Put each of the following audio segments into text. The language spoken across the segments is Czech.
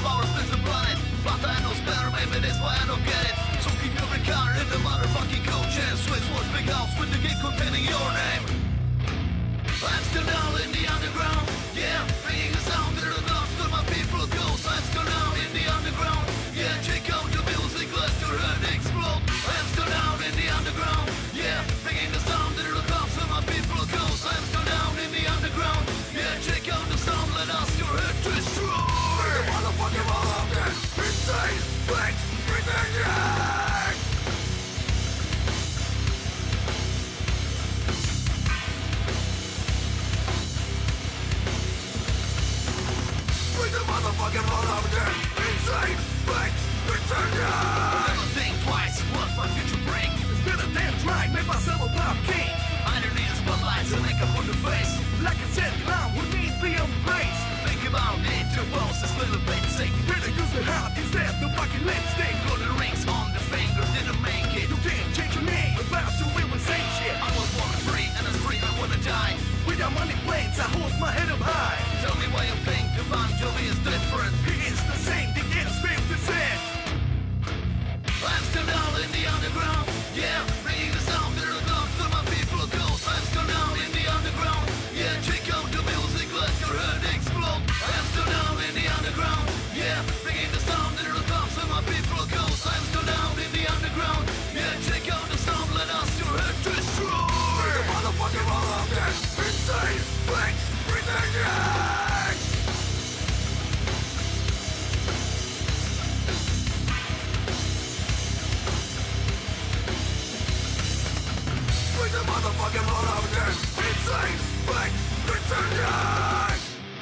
power spins the planet. But I know better, maybe that's why I don't get it. So keep every car in the motherfucking coach and Swiss watch big house with the gate containing your name. I'm still down in the underground, yeah, bringing the sound to the dogs to my people go. I'm still down in the underground, yeah, check out the music, let your head explode. I'm still down in the underground, yeah, bringing the sound to the dogs to my people go. I'm still down in the underground, yeah, check out the sound, let us your head destroy. Bring the motherfucking all of them, insane, fake, pretending. Motherfucking all of them, insane, fake, pretending. Never think twice, what's my future bring? It's been a damn drag, make myself a pop king. I don't need a spotlight to make up on the face. Like I said, clown would need be on place. Think about it, your bones is a little bit sick. Better use the heart instead of the fucking lipstick. Golden rings on the fingers, didn't make it. You can't change your name, about to win with same shit. I was born free, and as free I wanna die. Without money planes, I hold my head up high. Tell me why you think the Bon Jovi is different. He is the same, the gas 50%. I'm still down in the underground, yeah, bringing the sound to the dogs to my people ghosts. I'm still down in the underground, yeah, check out the music, let your head explode. I'm still down in the underground, yeah, bringing the sound to the dogs to my people ghosts. I'm still down in the underground, yeah, check out the sound, let us your head destroy. Bring the motherfucking all of them, insane, fake, pretending. The motherfucking all of them, insane, fake, pretending.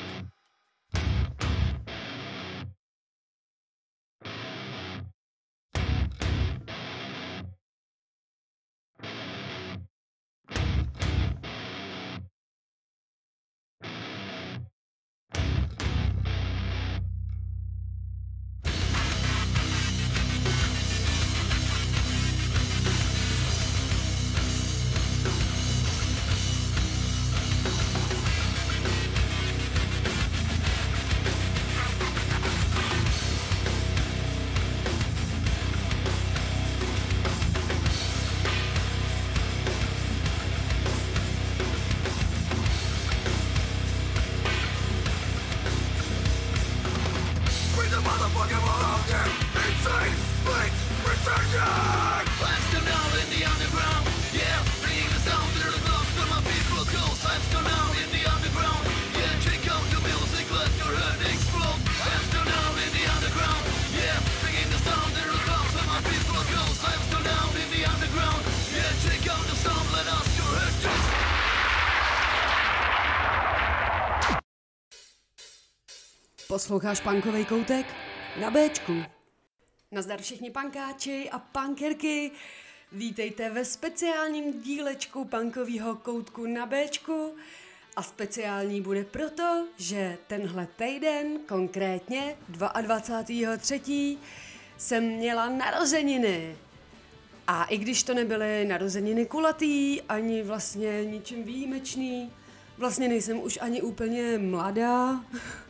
Posloucháš punkovej koutek? Na Bčku. Nazdar všichni punkáči a punkerky. Vítejte ve speciálním dílečku punkového koutku na Bčku. A speciální bude proto, že tenhle týden, konkrétně 22.3. jsem měla narozeniny. A i když to nebyly narozeniny kulatý, ani vlastně ničím výjimečný, vlastně nejsem už ani úplně mladá,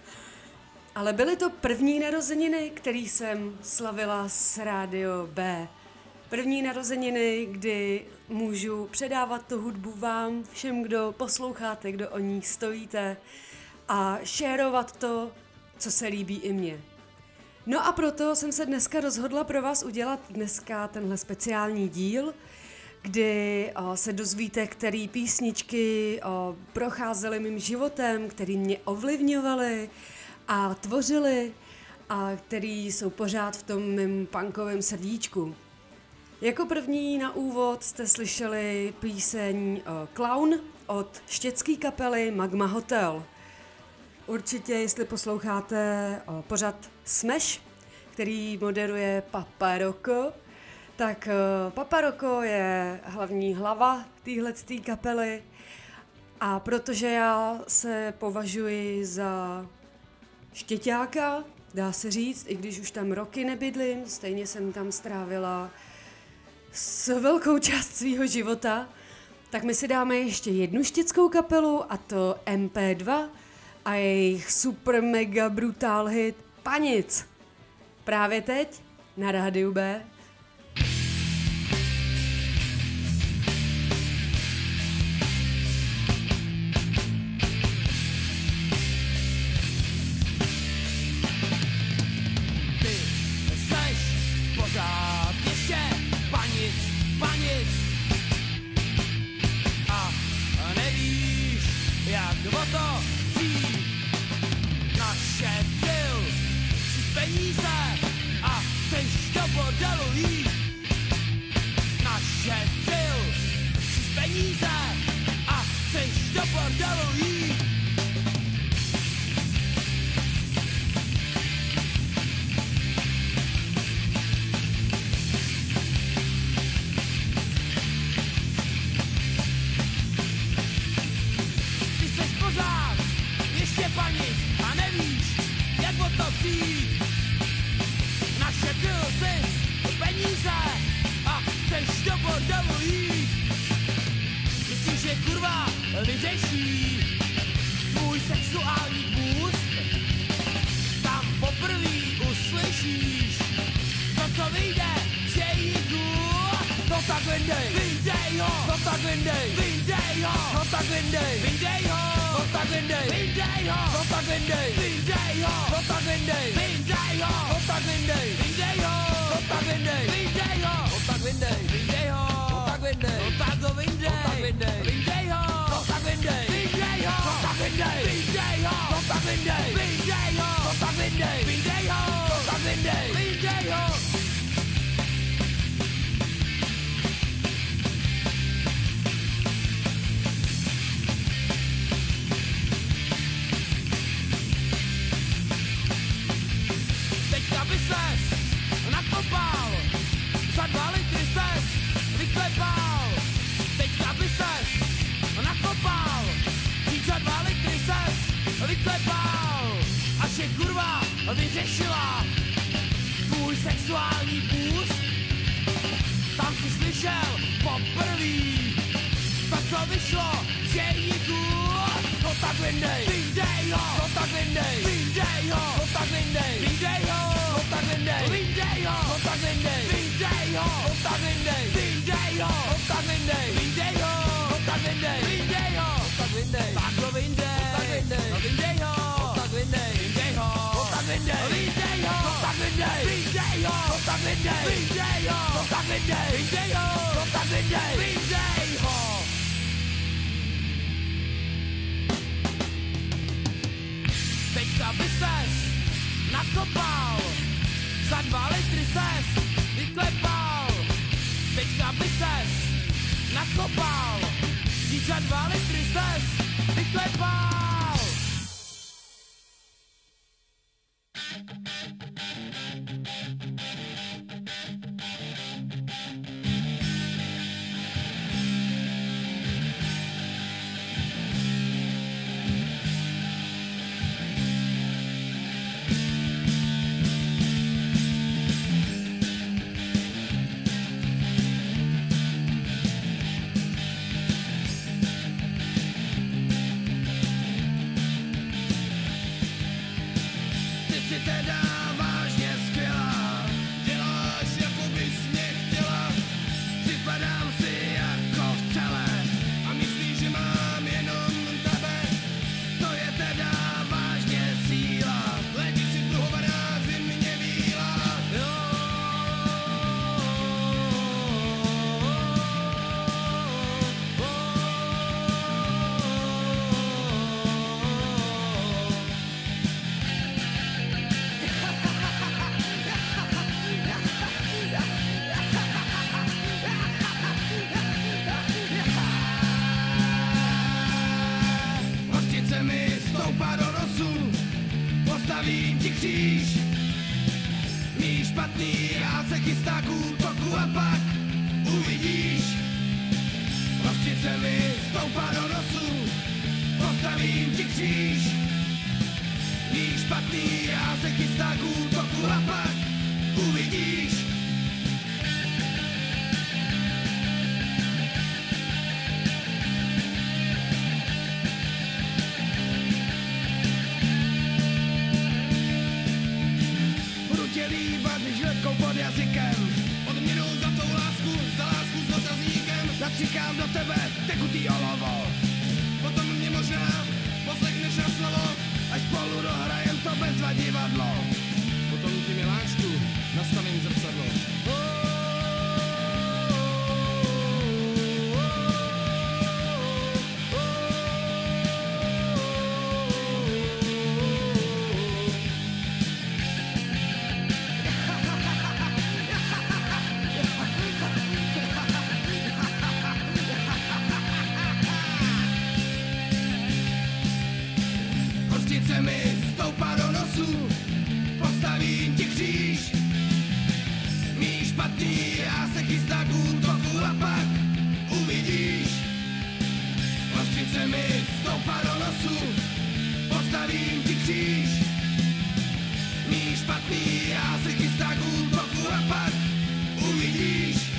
ale byly to první narozeniny, který jsem slavila s Rádio B. První narozeniny, kdy můžu předávat tu hudbu vám, všem, kdo posloucháte, kdo o ní stojíte a šérovat to, co se líbí i mně. No a proto jsem se dneska rozhodla pro vás udělat dneska tenhle speciální díl, kdy se dozvíte, který písničky procházely mým životem, který mě ovlivňovaly a tvořily a který jsou pořád v tom mém punkovém srdíčku. Jako první na úvod jste slyšeli píseň Clown od štětské kapely Magma Hotel. Určitě, jestli posloucháte pořad Smash, který moderuje Papa Rocco, tak Papa Rocco je hlavní hlava téhletý kapely a protože já se považuji za štěťáka, dá se říct, i když už tam roky nebydlím, stejně jsem tam strávila s velkou část svýho života, tak my si dáme ještě jednu štětskou kapelu, a to MP2 a jejich super mega brutál hit Panic. Právě teď na Rádiu B. Ty seš pořád ještě panic, panic. A nevíš, jak o to přijít. Našetřil si peníze a chceš do bordelu jít. Našetřil si peníze a chceš do bordelu jít. Ty seš pořád ještě panic a nevíš, jak o to přijít. Našetřil jsi peníze a chceš do bordelu jít. Myslíš, že kurva vyřeší tvůj sexuální boost? Tam poprvý uslyšíš to, co vyjde z jejich úst. No tak vyndej, vyndej ho, no tak vyndej, vyndej ho, no tak vyndej, vyndej ho, no tak vyndej, vyndej ho, no tak vyndej, vyndej ho, no tak vyndej, vyndej ho, no tak vyndej, vyndej ho, no tak vyndej, vyndej ho, no tak vyndej, vyndej ho, no tak vyndej, no tak ho vyndej, no tak vyndej, vyndej ho, no tak vyndej, vyndej ho, no tak vyndej, vyndej ho, no tak vyndej, vyndej ho, no tak vyndej, vyndej ho, no tak vyndej, vyndej ho. Teďka by ses nakopal, za 2 litry ses vyklepal. Teďka by ses nakopal, víc za 2 litry ses vyklepal. Až je kurva vyřešila tvůj sexuální boost. Tam si slyšel poprvý to, co vyšlo z jejich úst. No tak vyndej, vyndej ho, no tak vyndej, vyndej ho, no tak vyndej, vyndej ho, no tak vyndej, vyndej ho, no tak vyndej, vyndej ho, no tak vyndej, vyndej ho, no tak vyndej, vyndej ho, no tak vyndej, vyndej ho, no tak vyndej, tak ho vyndej, no tak vyndej, no vyndej ho, no tak vyndej, vyndej ho, no tak vyndej, vyndej ho, no tak vyndej, vyndej ho, no tak vyndej, vyndej ho, no tak vyndej, vyndej ho, no tak vyndej, vyndej ho. Teďka by ses nakopal, za 2 litry ses vyklepal. Teďka by ses nakopal, víc za 2 litry ses vyklepal. Postavím ti kříž, mý špatný já se chystá k útoku a pak uvidíš. Hořčice mi stoupá do nosu, postavím ti kříž, mý špatný já se chystá k útoku a pak uvidíš. jazykem. Odměnou za tou lásku, za lásku s otazníkem. Natříkám do tebe tekutý olovo. Potom mě možná poslechneš na slovo, až spolu dohrajem to bezvadivadlo. Potom ti miláčku nastavím zrcadlo. Hořčice mi stoupá do nosu, postavím ti kříž. Mí špatný, já se chystá k útoku a pak uvidíš. Hořčice mi stoupá do nosu, postavím ti kříž. Mí špatný, já se chystá k útoku a pak uvidíš.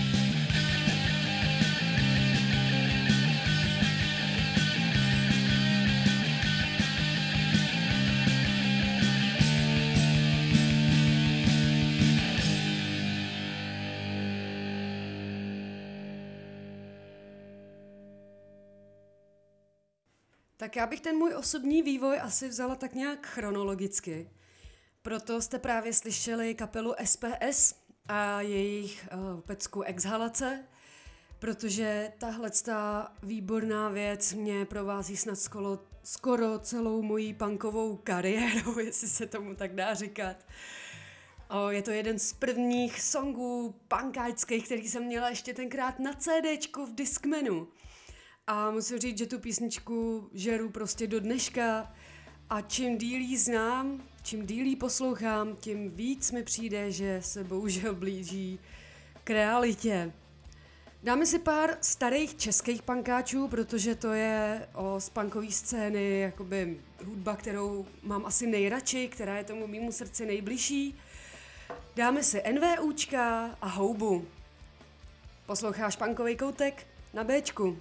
Tak já bych ten můj osobní vývoj asi vzala tak nějak chronologicky. Proto jste právě slyšeli kapelu SPS a jejich pecku Exhalace, protože tahleta výborná věc mě provází snad skoro celou mojí punkovou kariérou, jestli se tomu tak dá říkat. Je to jeden z prvních songů punkáčských, který jsem měla ještě tenkrát na CDčku v Discmanu. A musím říct, že tu písničku žeru prostě do dneška a čím díl jí znám, čím díl jí poslouchám, tím víc mi přijde, že se bohužel blíží k realitě. Dáme si pár starých českých punkáčů, protože to je z punkové scény jakoby hudba, kterou mám asi nejradši, která je tomu mému srdci nejbližší. Dáme si NVUčka a Houbu. Posloucháš punkovej koutek na Bčku.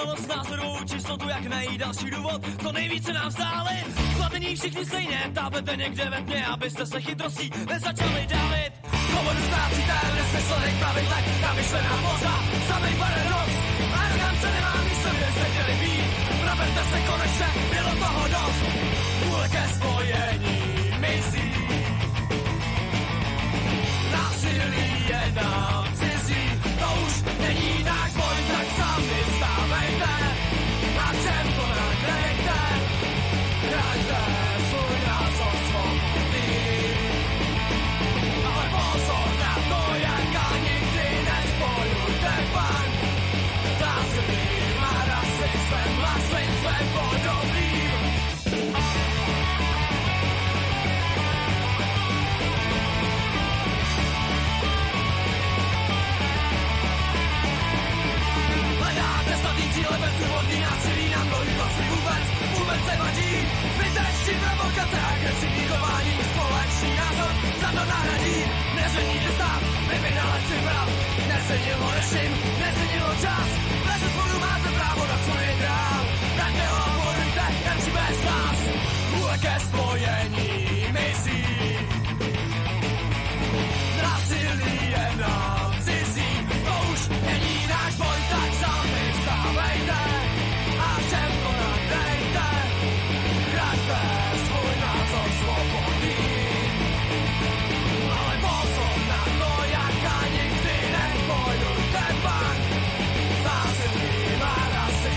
Neznalost názorovou čistotu, jak najít další důvod, to nejvíce nám vzdálí. Zlatení všichni stejně, tápete někde ve tmě, abyste se chytrostí nezačali dálit. Svobodu ztrácíte v nesmyslných pravidlech, namyšlená poza, samej paradox. Arogance nemá místo, kde jste chtěli být. Proberte se konečně, bylo toho dost. Vůle ke spojení mizí. Násilí je nám cizí, to už není náš boj, tak sami stávejte. A všem to nagrejte, hraňte svůj názor svobodný. Ale pozor na to, jaká nikdy nespojujte bank. Násilím a rasismem, maslinstvem podobným. Cíle bezdůvodný násilí nám do si vůbec nevadí. Zbytečný provokace, agresivní chování, společný názor za to nahradí. Nezměníte stav, nevynalezci prav, nezměnilo režim, nezměnilo čas. Bez sporu máte právo na svůj ideál, tak ho obvodujte, jen si bez nás. Vůle ke spojení mizí. Násilí je nám cizí, to už není náš boj, tak sami vstávejte a všem to nadejte. Hraďte svůj názor svobodný. Ale pozor na to, jaká nikdy nespojujte bank. Násilím a rasismem.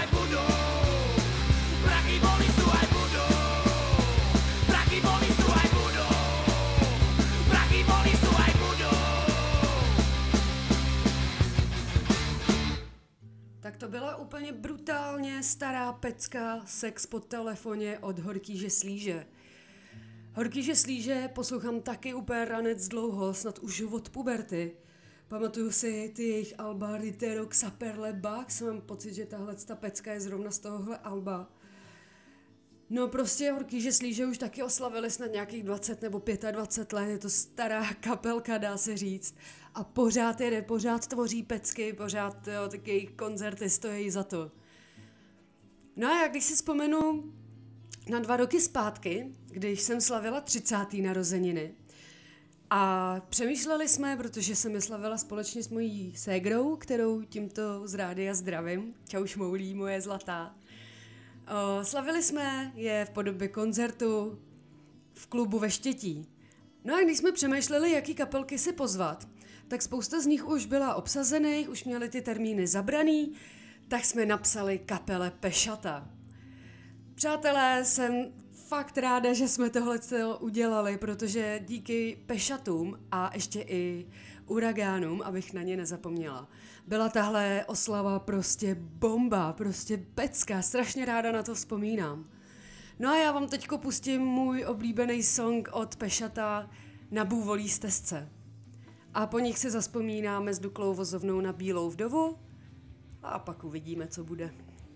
aj budú. Prachy boli sú aj budú. Prachy boli sú aj budú. Prachy boli sú aj budú. Tak to byla úplně brutálně stará pecka Sex po telefoně od Horkýže Slíže. Horkýže Slíže poslouchám taky úplně ranec dlouho, snad už od puberty. Pamatuju si ty jejich alba Ritero Xaperle Bax, mám pocit, že tahle pecka je zrovna z tohohle alba. No prostě Horkýže Slíže už taky oslavili snad nějakých 20 nebo 25 let, je to stará kapelka, dá se říct. A pořád jede, pořád tvoří pecky, pořád jo, taky koncerty stojí za to. No a já když si vzpomenu na 2 roky zpátky, když jsem slavila 30. narozeniny, a přemýšleli jsme, protože jsem je slavila společně s mojí ségrou, kterou tímto z rádia zdravím, čau šmoulí, moje zlatá. Slavili jsme je v podobě koncertu v klubu ve Štětí. No a když jsme přemýšleli, jaký kapelky si pozvat, tak spousta z nich už byla obsazených, už měli ty termíny zabraný, tak jsme napsali kapele Pešata. Přátelé, jsem fakt ráda, že jsme tohle udělali, protože díky Pešatům a ještě i Uragánům, abych na ně nezapomněla, byla tahle oslava prostě bomba, prostě pecka, strašně ráda na to vzpomínám. No a já vám teďko pustím můj oblíbený song od Pešata Na bůvolí stezce. A po nich si zazpomínáme s Duklou Vozovnou na Bílou vdovu a pak uvidíme, co bude.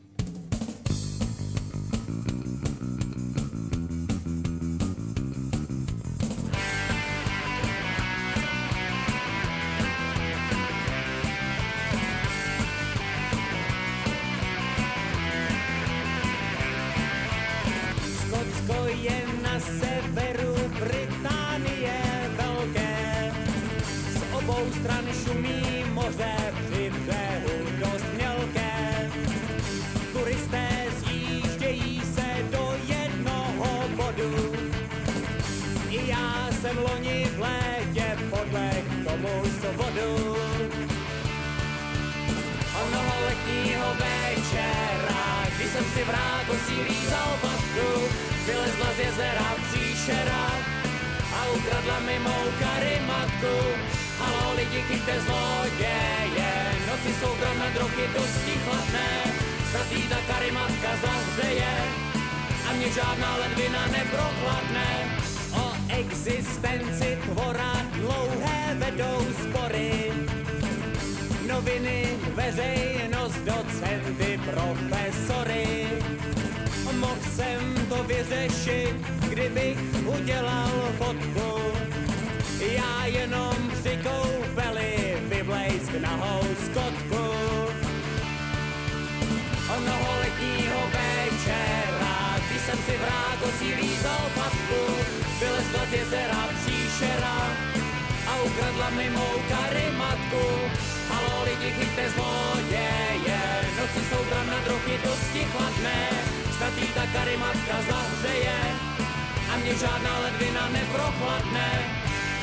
Skotsko je na severu Británie velké. Z obou stran šumí moře, při břehu dost mělké. Turisté zjíždějí se do jednoho bodu. I já jsem loni v létě podlehl tomu svodu. Onoho letního večera, když jsem si v Rákosí lízal patku, vylezla z jezera příšera a ukradla mi mou karimatku. Haló lidi, chyťte zloděje, noci jsou drobné drogy dosti chladné, svatý ta karimatka zahřeje a mě žádná ledvina neprochladne. O existenci tvora dlouhé vedou spory, noviny, veřejnost, docenty, profesory. Mohl jsem to vyřešit, kdybych udělal fotku. Já jenom při koupeli vyblejsk nahou skotku. Onoho letního večera, když jsem si v Rákosí lízal patku, vylezla z jezera příšera a ukradla mi mou karimatku. Haló lidi, chyťte zloděje, noci jsou tam na drogy dosti chladné, snad jí ta karimatka zahřeje a mě žádná ledvina neprochladne.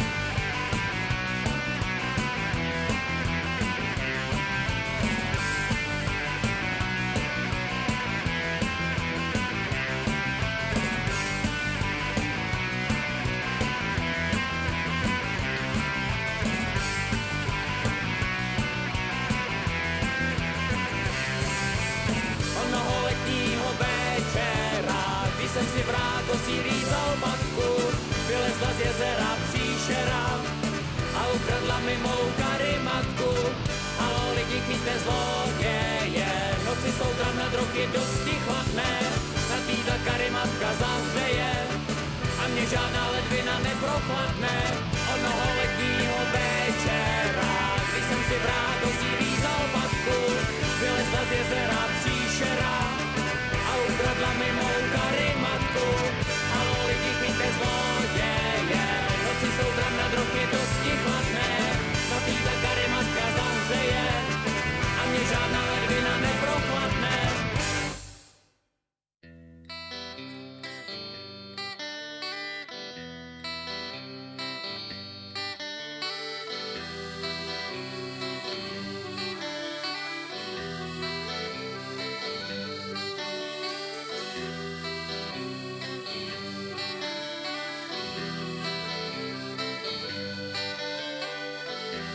Jsem si v Rákosí lízal matku, vylezla z jezera příšera a ukradla mi mou karimatku. Haló lidi, chyťte zloděje, noci jsou tam na drogy dosti chladné, snad jí ta karimatka zahřeje a mě žádná ledvina neprochladne. Onoho letního večera, když jsem si v Rákosí lízal matku, vylezla z jezera příšera a ukradla mi mou karimatku. Haló lidi, chyťte zloděje, noci jsou tam na drogy dosti chladné, snad jí ta karimatka zahřeje a mě žádná ledvina neprochladne.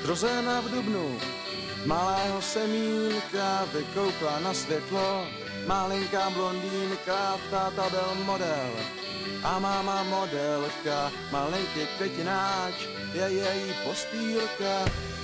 Zrozena v dubnu, malého semínka vykoukla na světlo. Malinká blondýnka, táta byl model a máma modelka. Malinký květináč je její postýlka.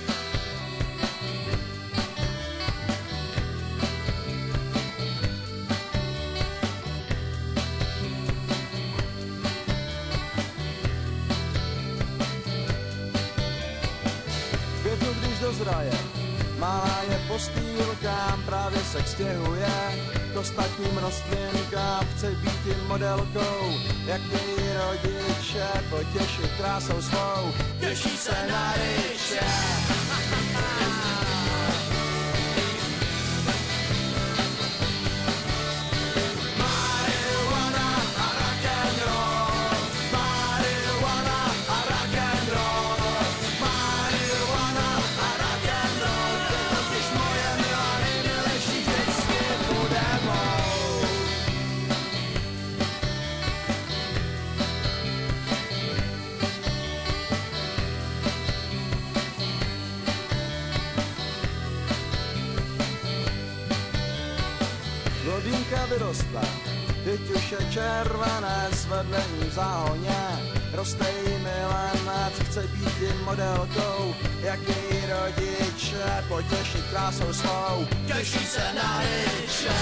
Když dozraje, malá je postýlkám, právě se stěhuje k ostatním rostlinkám. Chce být jim modelkou, jak její rodiče, potěšit krásou svou, těší se na ryče. Lodínka vyrostla, teď už je červenec, vedle ní v záhoně roste jí milenec. Chce být jim modelkou, jak její rodiče, potěšit krásou svou, těší se na ryče.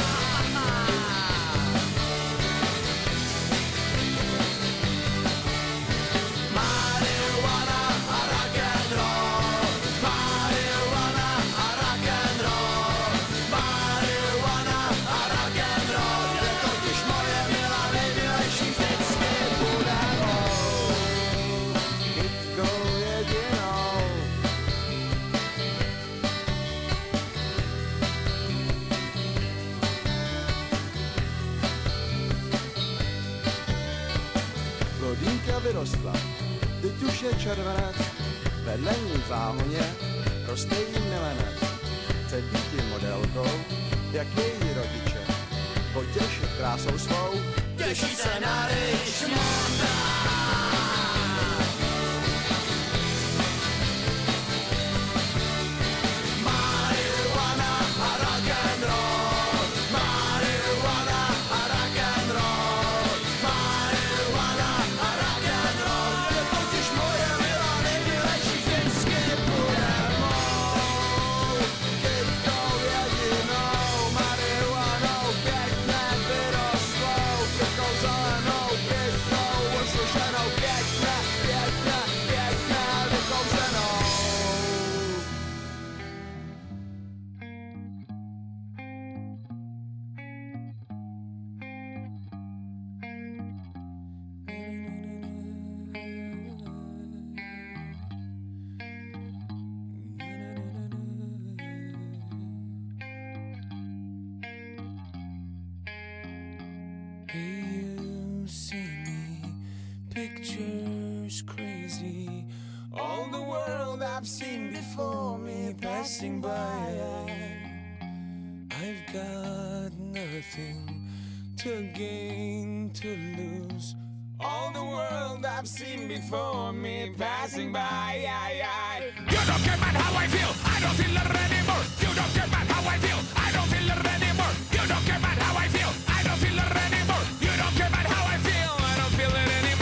Lodínka vyrostla, teď už je červenec, vedle ní v záhoně roste jí milenec. Chce být jim modelkou, jak její rodiče, potěšit krásou svou, těší se na Richmonda. Pictures crazy, all the world I've seen before me passing by. I've got nothing to gain, to lose. All the world I've seen before me passing by. You don't care about how I feel, I don't feel it anymore. You don't care about how I feel, I don't feel it anymore. You don't care about how I feel, I don't feel it anymore. You don't care about how I feel, I don't feel it anymore.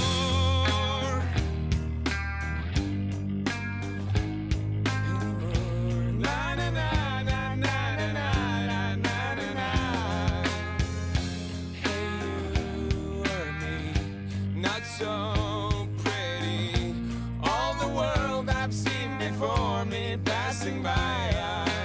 So pretty, all the world I've seen before me passing by.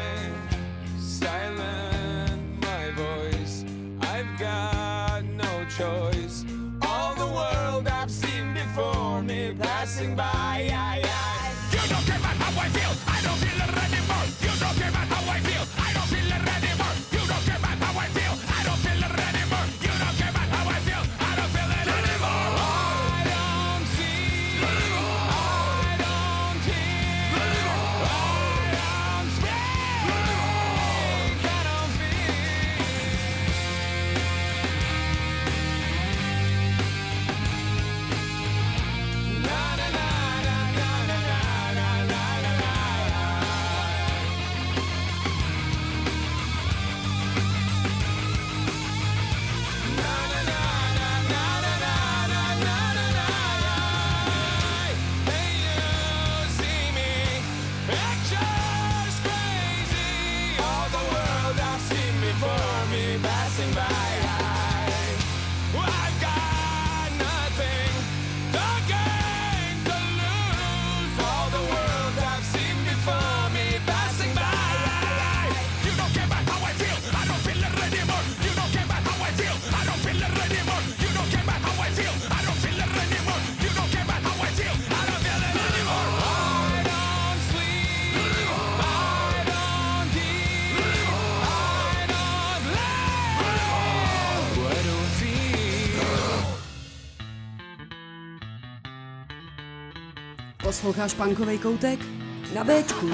Silent my voice, I've got no choice. All the world I've seen before me passing by. You don't care about how I feel, I don't feel it anymore. You don't care about how I feel, I don't feel it anymore. You don't care about how I feel, I don't feel it anymore. You don't care about how I feel, I don't feel it anymore. Na na na na na na na na na. Posloucháš Punkovej koutek? Na Béčku.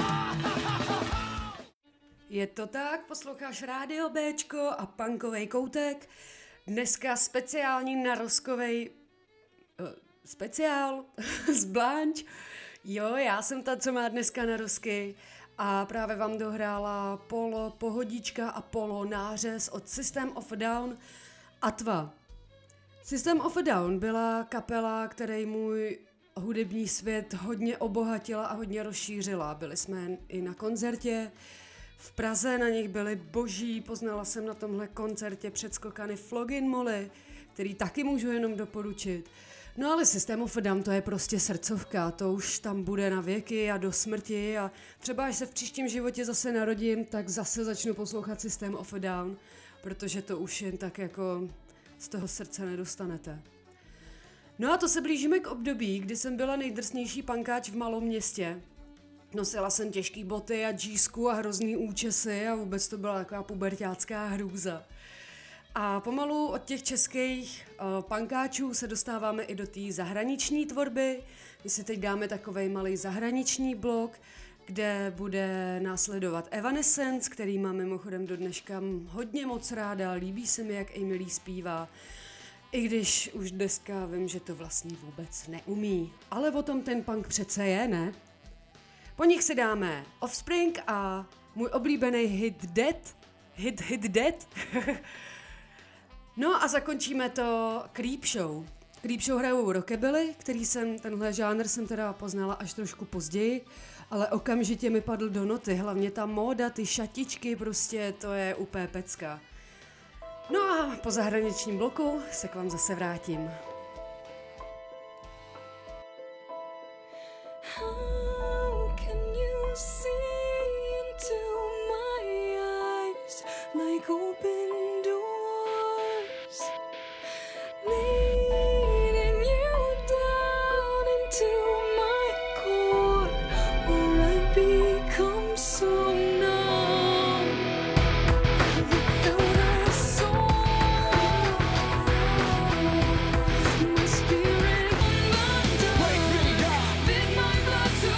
Je to tak, posloucháš Rádio Béčko a Punkovej koutek. Dneska speciální naroskovej speciál z Blanche. Jo, já jsem ta, co má dneska narosky. A právě vám dohrála Polo Pohodička a Polo Nářez od System of a Down a Tva. System of a Down byla kapela, který můj hudební svět hodně obohatila a hodně rozšířila. Byli jsme i na koncertě v Praze, na nich byli boží, poznala jsem na tomhle koncertě předskokany Flogin Molly, který taky můžu jenom doporučit. No ale System of a Down to je prostě srdcovka, to už tam bude na věky a do smrti a třeba až se v příštím životě zase narodím, tak zase začnu poslouchat System of a Down, protože to už jen tak jako z toho srdce nedostanete. No a to se blížíme k období, kdy jsem byla nejdrsnější pankáč v malom městě. Nosila jsem těžký boty a džísku a hrozný účesy a vůbec to byla taková puberťácká hrůza. A pomalu od těch českých pankáčů se dostáváme i do té zahraniční tvorby. My si teď dáme takovej malý zahraniční blok, kde bude následovat Evanescence, který mám mimochodem do dneška hodně moc ráda, líbí se mi, jak Emily zpívá. I když už dneska vím, že to vlastně vůbec neumí. Ale o tom ten punk přece je, ne? Po nich si dáme Offspring a můj oblíbený hit Dead. Hit Dead. No a zakončíme to Creepshow. Creepshow hrajou rockabilly, tenhle žánr jsem teda poznala až trošku později, ale okamžitě mi padl do noty, hlavně ta móda, ty šatičky, prostě to je úplně pecka. No a po zahraničním bloku se k vám zase vrátím. How can you see into my eyes like open doors, leading you down into my core, where I become so numb without a soul. My spirit undone, bid my blood to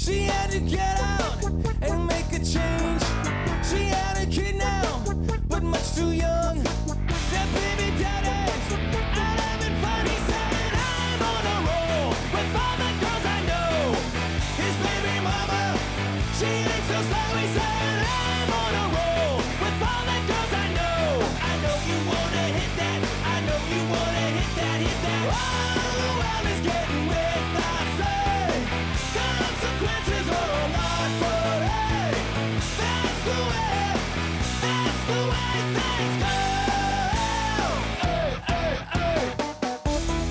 She had to get out and make a change. She had a kid now, but much too young. That baby daddy's out having fun. He said, I'm on a roll with all the girls I know. His baby mama, she ain't so slow. He said, I'm on a roll with all the girls I know. I know you wanna hit that. I know you wanna hit that, hit that. Oh, well, it's getting with I say. Consequences are a lot, but hey, that's the way things go. Hey, hey, hey.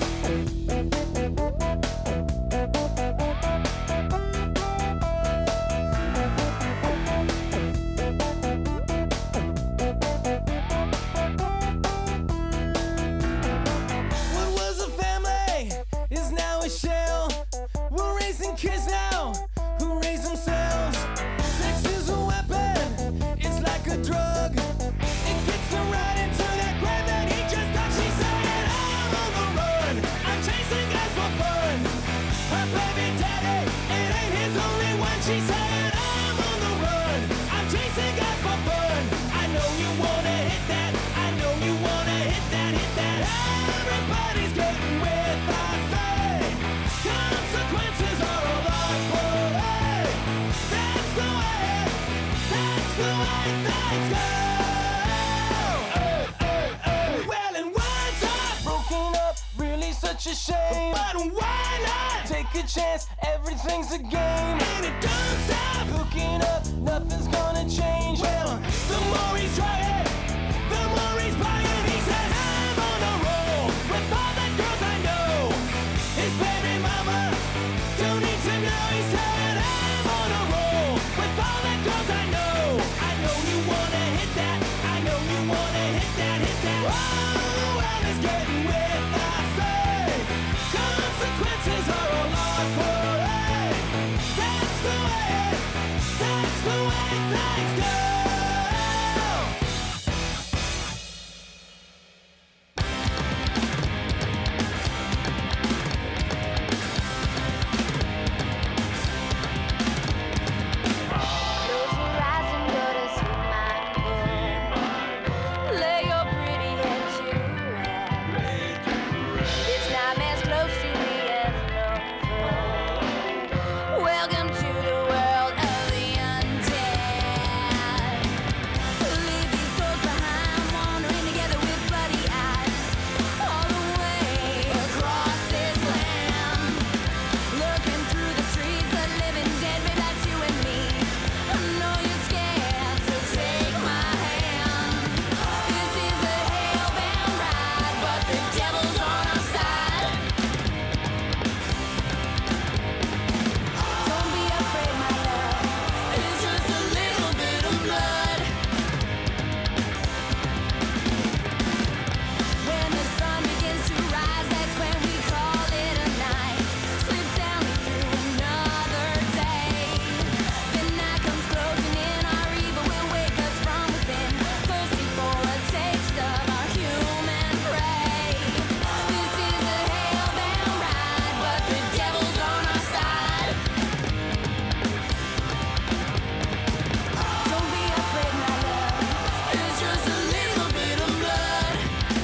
What was a family is now a shell. We're raising kids now who raise themselves. Sex is a weapon, it's like a drug. It gets her right into that grave that he just done. She said, I'm on the run, I'm chasing guys for fun. Her baby daddy, it ain't his only one. She said, I'm on the run, I'm chasing guys for fun. I know you wanna hit that, I know you wanna hit that, hit that. Everybody's getting with I say. Consequences are a lot, but hey, that's the way things go. Hey, hey, hey. Well, and once I've broken up, really such a shame. But why not take a chance? Everything's a game, and it don't stop. Hooking up, nothing's gonna change. Well, the more he's trying, the more he's buying. He says, I'm on a roll with all the girls I know. His baby mama don't need to know. He said, I'm on a roll with all the girls I know. I know you wanna hit that. I know you wanna hit that, hit that. Oh, well, it's getting with I say. Consequences are a lot, but hey, that's the way things go. Close your eyes and go to sleep, my boy. Lay your pretty head to rest. This nightmare's close to the end over. Welcome to the world of the undead. Leave these souls behind, wandering together with bloody eyes. All the way across this land. Looking through the streets of living dead, babe, that's you and me. I know you're scared, so take my hand. This is a hell-bound ride, but the devil's on our side. Don't be afraid, my love. It's just a little bit of blood. When the sun begins to rise, that's when we call it a night. Slip down through another day. The night comes closing in, our evil will wake us from within. Thirsty for a taste of our human prey. This is a hell-bound ride, but the devil's on our side. Don't be afraid, my love. It's just a little bit of blood.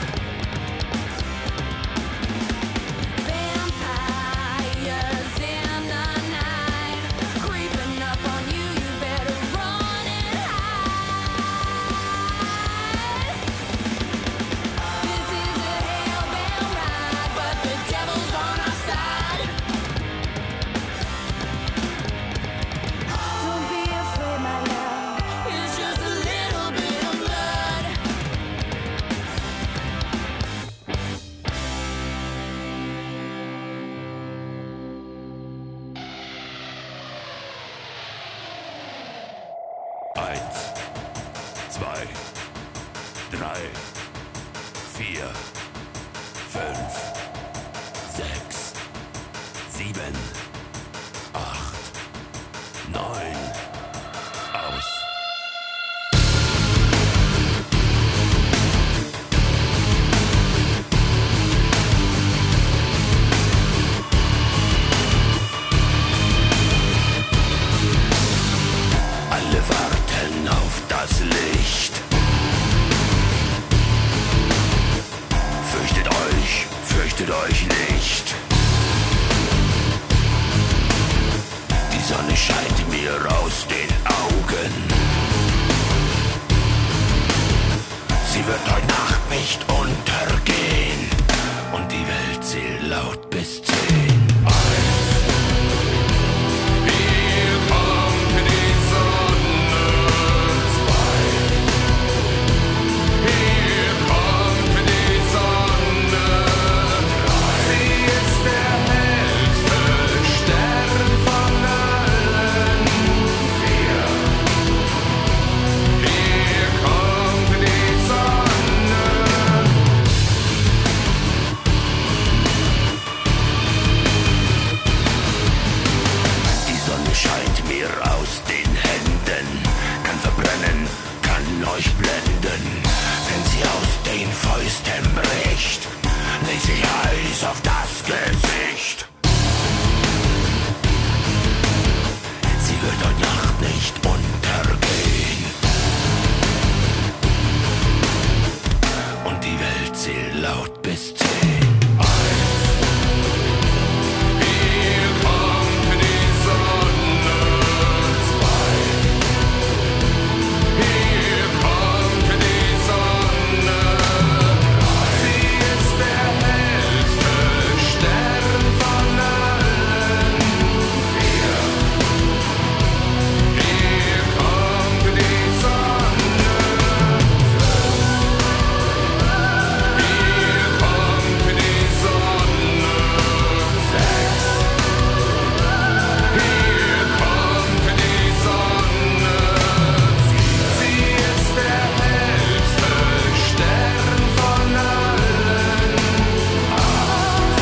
Vampires in the night, creeping up on you. You better run and hide. This is a hell-bound ride, but the devil's on our side. Don't be afraid, my love. It's just a little bit of blood. Eins, zwei, drei, vier, fünf, sechs, sieben, acht, neun. Aus. Sonne scheint mir aus den Augen. Sie wird heute Nacht nicht untergehen und die Welt zählt laut bis 10. Hier kommt die Sonne. 2. Hier kommt die Sonne. 3. Sie ist der hellste Stern von allen. 4. Hier kommt die Sonne. Die Sonne scheint mir aus den Händen, kann verbrennen, kann euch blenden. Wenn sie aus den Fäusten bricht, legt sich Eis auf das Gesicht. Sie wird heute Nacht nicht untergehen und die Welt zählt laut bis 10. Hier kommt die Sonne. 2. Hier kommt die Sonne. 3. Sie ist der hellste Stern von allen. 4. Hier kommt die Sonne. 5. Hier kommt die Sonne. 6. Hier kommt die Sonne. Sie ist der hellste Stern von allen. 8.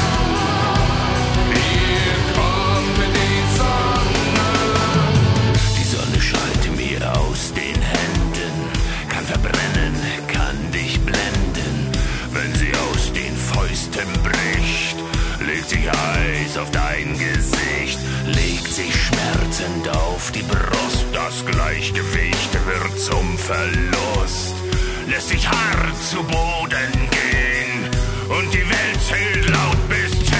Hier kommt die Sonne. Die Sonne schallt mir aus den Händen, kann verbrennen, kann dich blenden. Wenn sie aus den Fäusten bricht, legt sich Eis auf dein Gesicht, legt sich schmerzend auf die Brust. Das Gleichgewicht wird zum Verlust, lässt sich hart zu Boden gehen und die Welt zählt laut bis 10.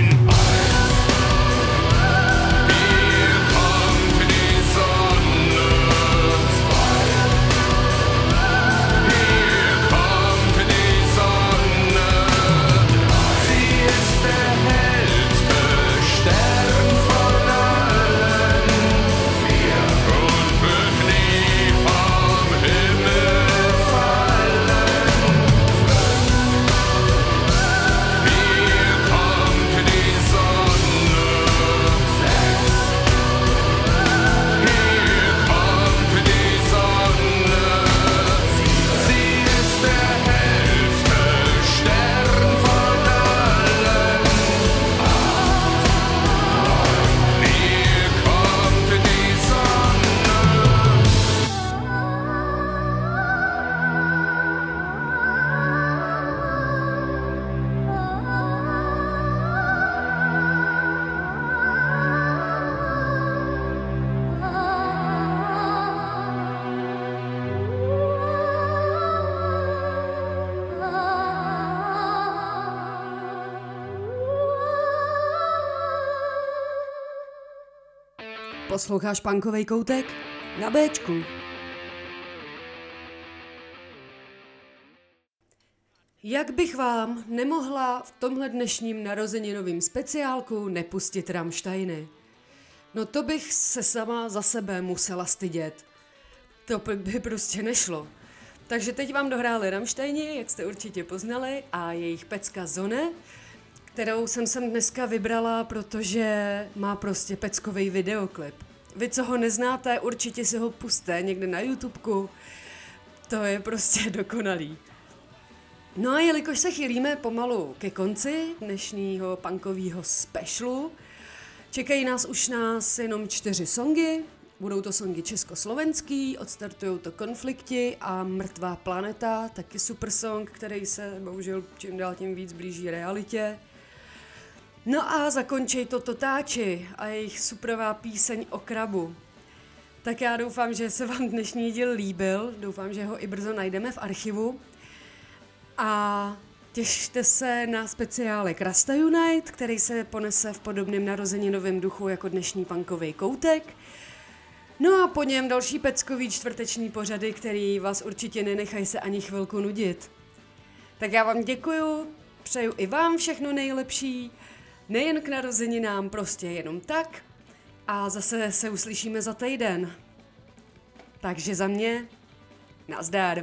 Hier kommt die Sonne. 2. Hier kommt die Sonne. 3. Sie ist der hellste Stern von allen. 4. Und wird nie vom Himmel fallen. 5. Hier kommt die Sonne. 6. Hier kommt die Sonne. Sie ist der hellste Stern von allen. 8. 9. Hier kommt die Sonne. Posloucháš punkovej koutek? Na Béčku. Jak bych vám nemohla v tomhle dnešním narozeninovým speciálku nepustit Rammsteiny? No to bych se sama za sebe musela stydět. To by prostě nešlo. Takže teď vám dohráli Rammsteini, jak jste určitě poznali, a jejich pecka Sonne, kterou jsem sem dneska vybrala, protože má prostě peckovej videoklip. Vy, co ho neznáte, určitě si ho pusťte někde na YouTubeku. To je prostě dokonalý. No a jelikož se chýlíme pomalu ke konci dnešního punkového specialu, čekají nás jenom 4 songy. Budou to songy československý, odstartujou to Konflikti a Mrtvá planeta, taky super song, který se bohužel čím dál tím víc blíží realitě. No a zakončí to Totáči a jejich superová píseň o krabu. Tak já doufám, že se vám dnešní díl líbil, doufám, že ho i brzo najdeme v archivu. A Těšte se na speciálek Rasta Unite, který se ponese v podobném narozeninovém duchu jako dnešní punkový koutek. No a po něm další peckový čtvrteční pořady, který vás určitě nenechají se ani chvilku nudit. Tak já vám děkuju, přeju i vám všechno nejlepší, nejen k narozeninám, prostě jenom tak. A zase se uslyšíme za týden. Takže za mě, nazdar.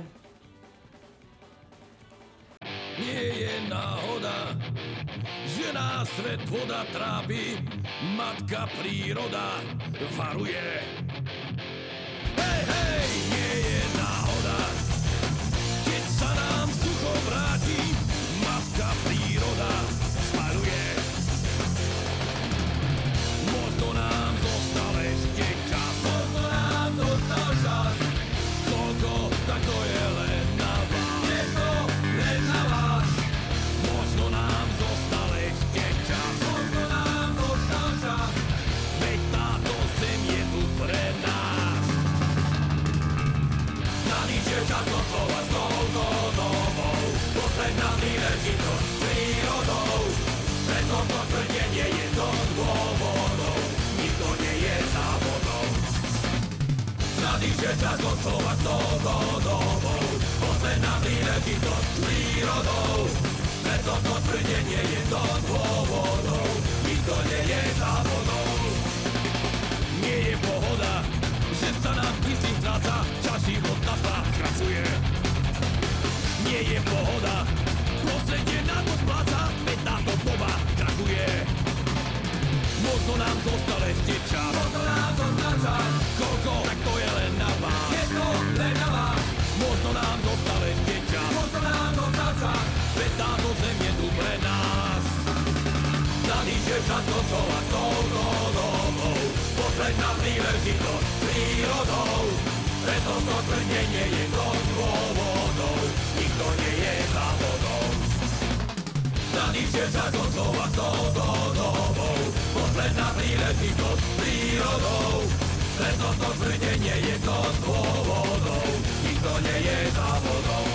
Nie je náhoda, že nás svet voda trápi, matka príroda varuje. Hej, hej, nie je náhoda, keď sa nám sucho vráti, matka príroda sparuje. Možno nám zostal ešte čas, možno nám zostal čas, koľko, tak to je len na vás. Je to len na vás. Možno nám zostal ešte čas, možno nám zostal čas, veď táto zem je tu pre nás. Na nič je čas koncovať s touto dobou, posledná príležitosť s prírodou, preto to tvrdenie je to dôvodou, nikto nie je závodou. Na nič je čas koncovať s touto dobou, posledná príležitosť s prírodou, preto to tvrdenie je to dôvodou, nikto nie je závodou. Nie je pohoda, že sa nám kyslík stráca, čas života sa skracuje. Nie je pohoda, prostredie nám to spláca, veď táto doba krachuje. Možno nám zostal ešte čas, možno nám zostal čas, koľko, tak to je len na vás. Je to len na vás. Možno nám zostal ešte čas, možno nám zostal čas, veď táto zem je tu pre nás. Na nič je čas koncovať s touto dobou, posledná príležitosť s prírodou, preto to tvrdenie je to dôvodou, nikto nie je závodou. Na nič je čas koncovať s touto dobou, posledná príležitosť s prírodou, preto to tvrdenie je to dôvodou, nikto nie je závodou.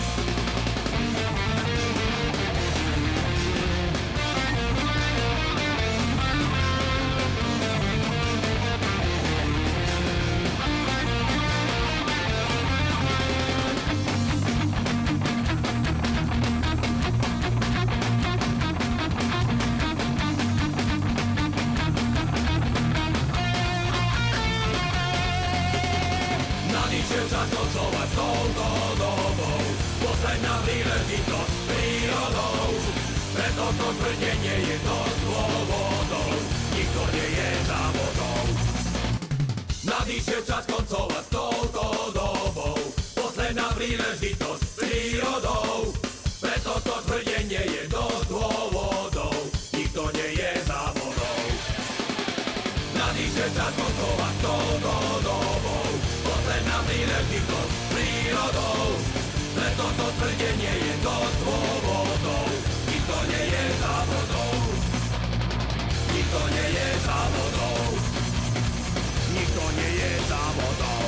Čas koncovať s touto dobou, posledná príležitosť s prírodou, preto to tvrdenie je to dôvodou, nikto nie je závodou. Nadíše čas koncovať s touto dobou, posledná príležitosť s prírodou, preto to tvrdenie je to dôvodou, nikto nie je závodou. Nadíše čas koncovať s touto dobou, posledná príležitosť s prírodou, preto to tvrdenie je to dôvodou, nikto nie je závodou, nikto nie je závodou, nikto nie je závodou.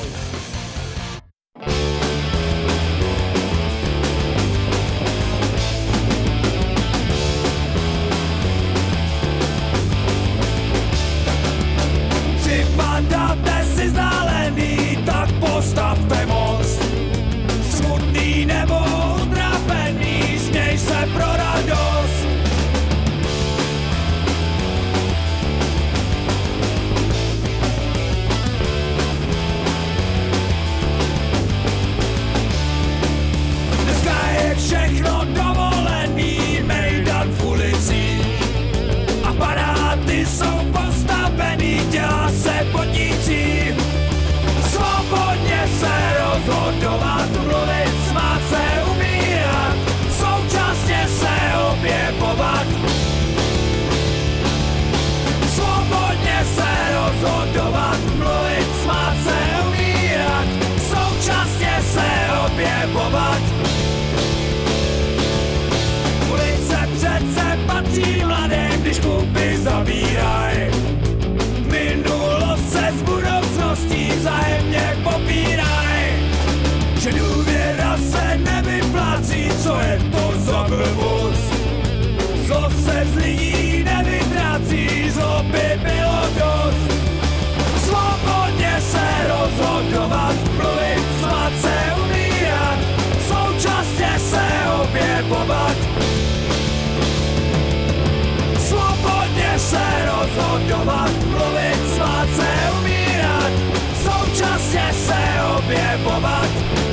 Připadáte si vzdálený, tak postavte most. Smutný nebo utrapený, směj se pro radost. Dneska je všechno dovolený, mejdan v ulicích a parády jsou postavený, dělá se potící. Svobodně se rozhodovat, mluvit, smát se, umírat, současně se objevovat. Svobodně se rozhodovat, mluvit, smát se, umírat, současně se objevovat. Ulice přece patří mladým, když kupy zabíraj. Minulost se s budoucností vzájemně popíraj. Že důvěra se nevyplácí, co je to za vůz. Co se z lidí nevytrácí, zlo by bylo dost. Svobodně se rozhodovat, mluvit, smát se, umírat, současně se objevovat. Svobodně se rozhodovat, mluvit, smát se, umírat, současně se objevovat.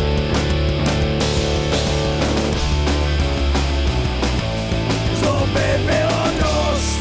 Zlo by bylo dost.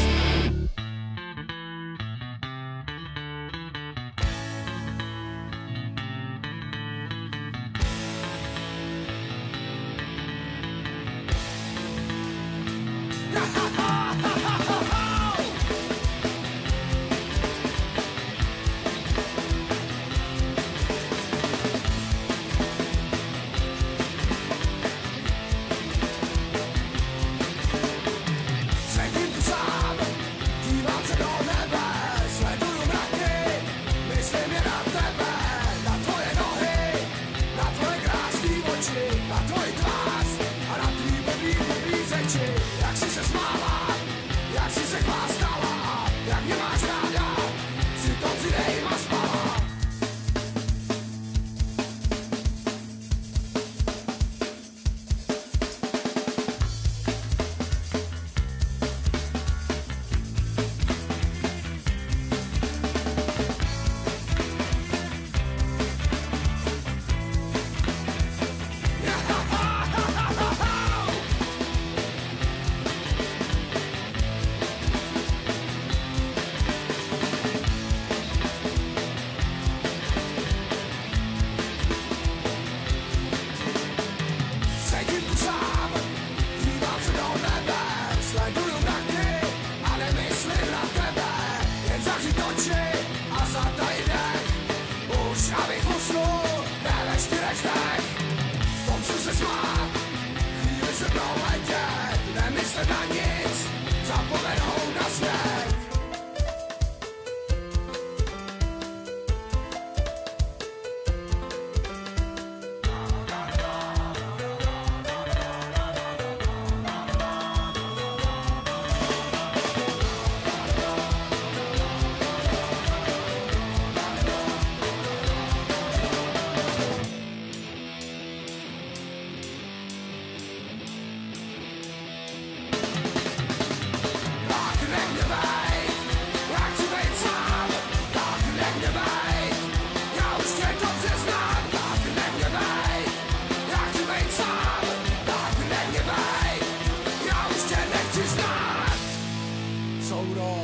Sedím tu sám, dívám se do nebe, sleduju mraky, myslím je na tebe, na tvoje nohy, na tvoje krásný oči, na tvoji tvář a na tvý blbý řeči. Jak jsi se smála, jak jsi se chvástala, jak mě máš ráda, si to přidej a spala. Sedím tu sám, dívám se do nebe, sleduju mraky a nemyslím na tebe, jen zavřít oči a zatajit dech, už abych usnul, ne ve 4 dnech. V tom chci se smát, chvíli se proletět, nemyslet na nic, zapomenout na svět. Tak nehněvej, já chci být sám, tak nehněvej, já už tě dobře znám, tak nehněvej, já chci být sám, tak nehněvej, já už tě nechci znát. Soudo.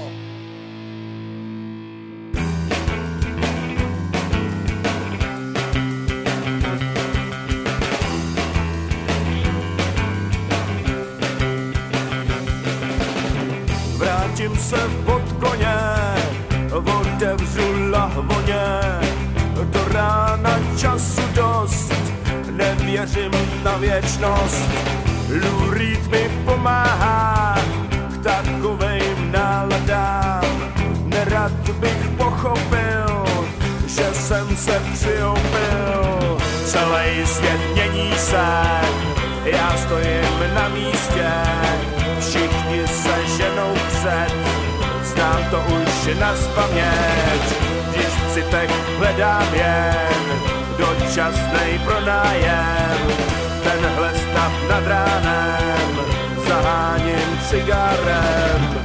Vrátím se pod koně, otevřu lahvoně, do rána času dost, nevěřím na věčnost. Lou Reed mi pomáhá k takovejm náladám, nerad bych pochopil, že jsem se přiopil. Celý svět mění se, já stojím na místě, všichni se ženou před, znám to už nazpaměť. Když v citech hledám jen dočasnej pronájem, tenhle stav nad ránem zaháním cigarem.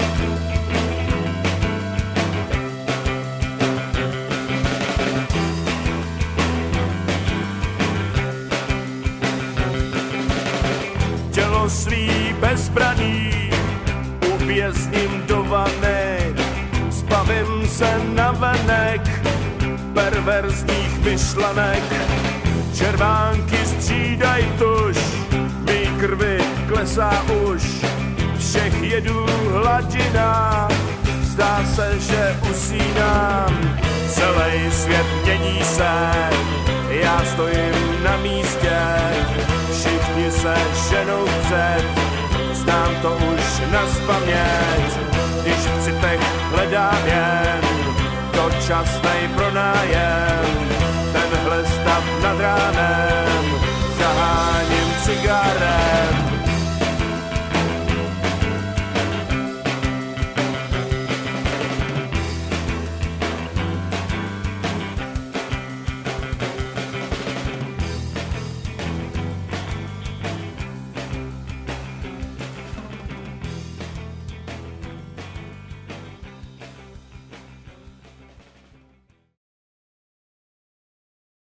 Tělo svý bezbraný uvězním do vany, zbavím se navenek perverzních myšlenek. Červánky střídaj tuž, mý krvi klesá už, všech jedů hladina, zdá se, že usínám. Celý svět mění se, já stojím na místě, všichni se ženou před, znám to už nazpaměť. Když v citech hledám jen dočasnej pronájem, tenhle stav nad ránem zaháním cigarem.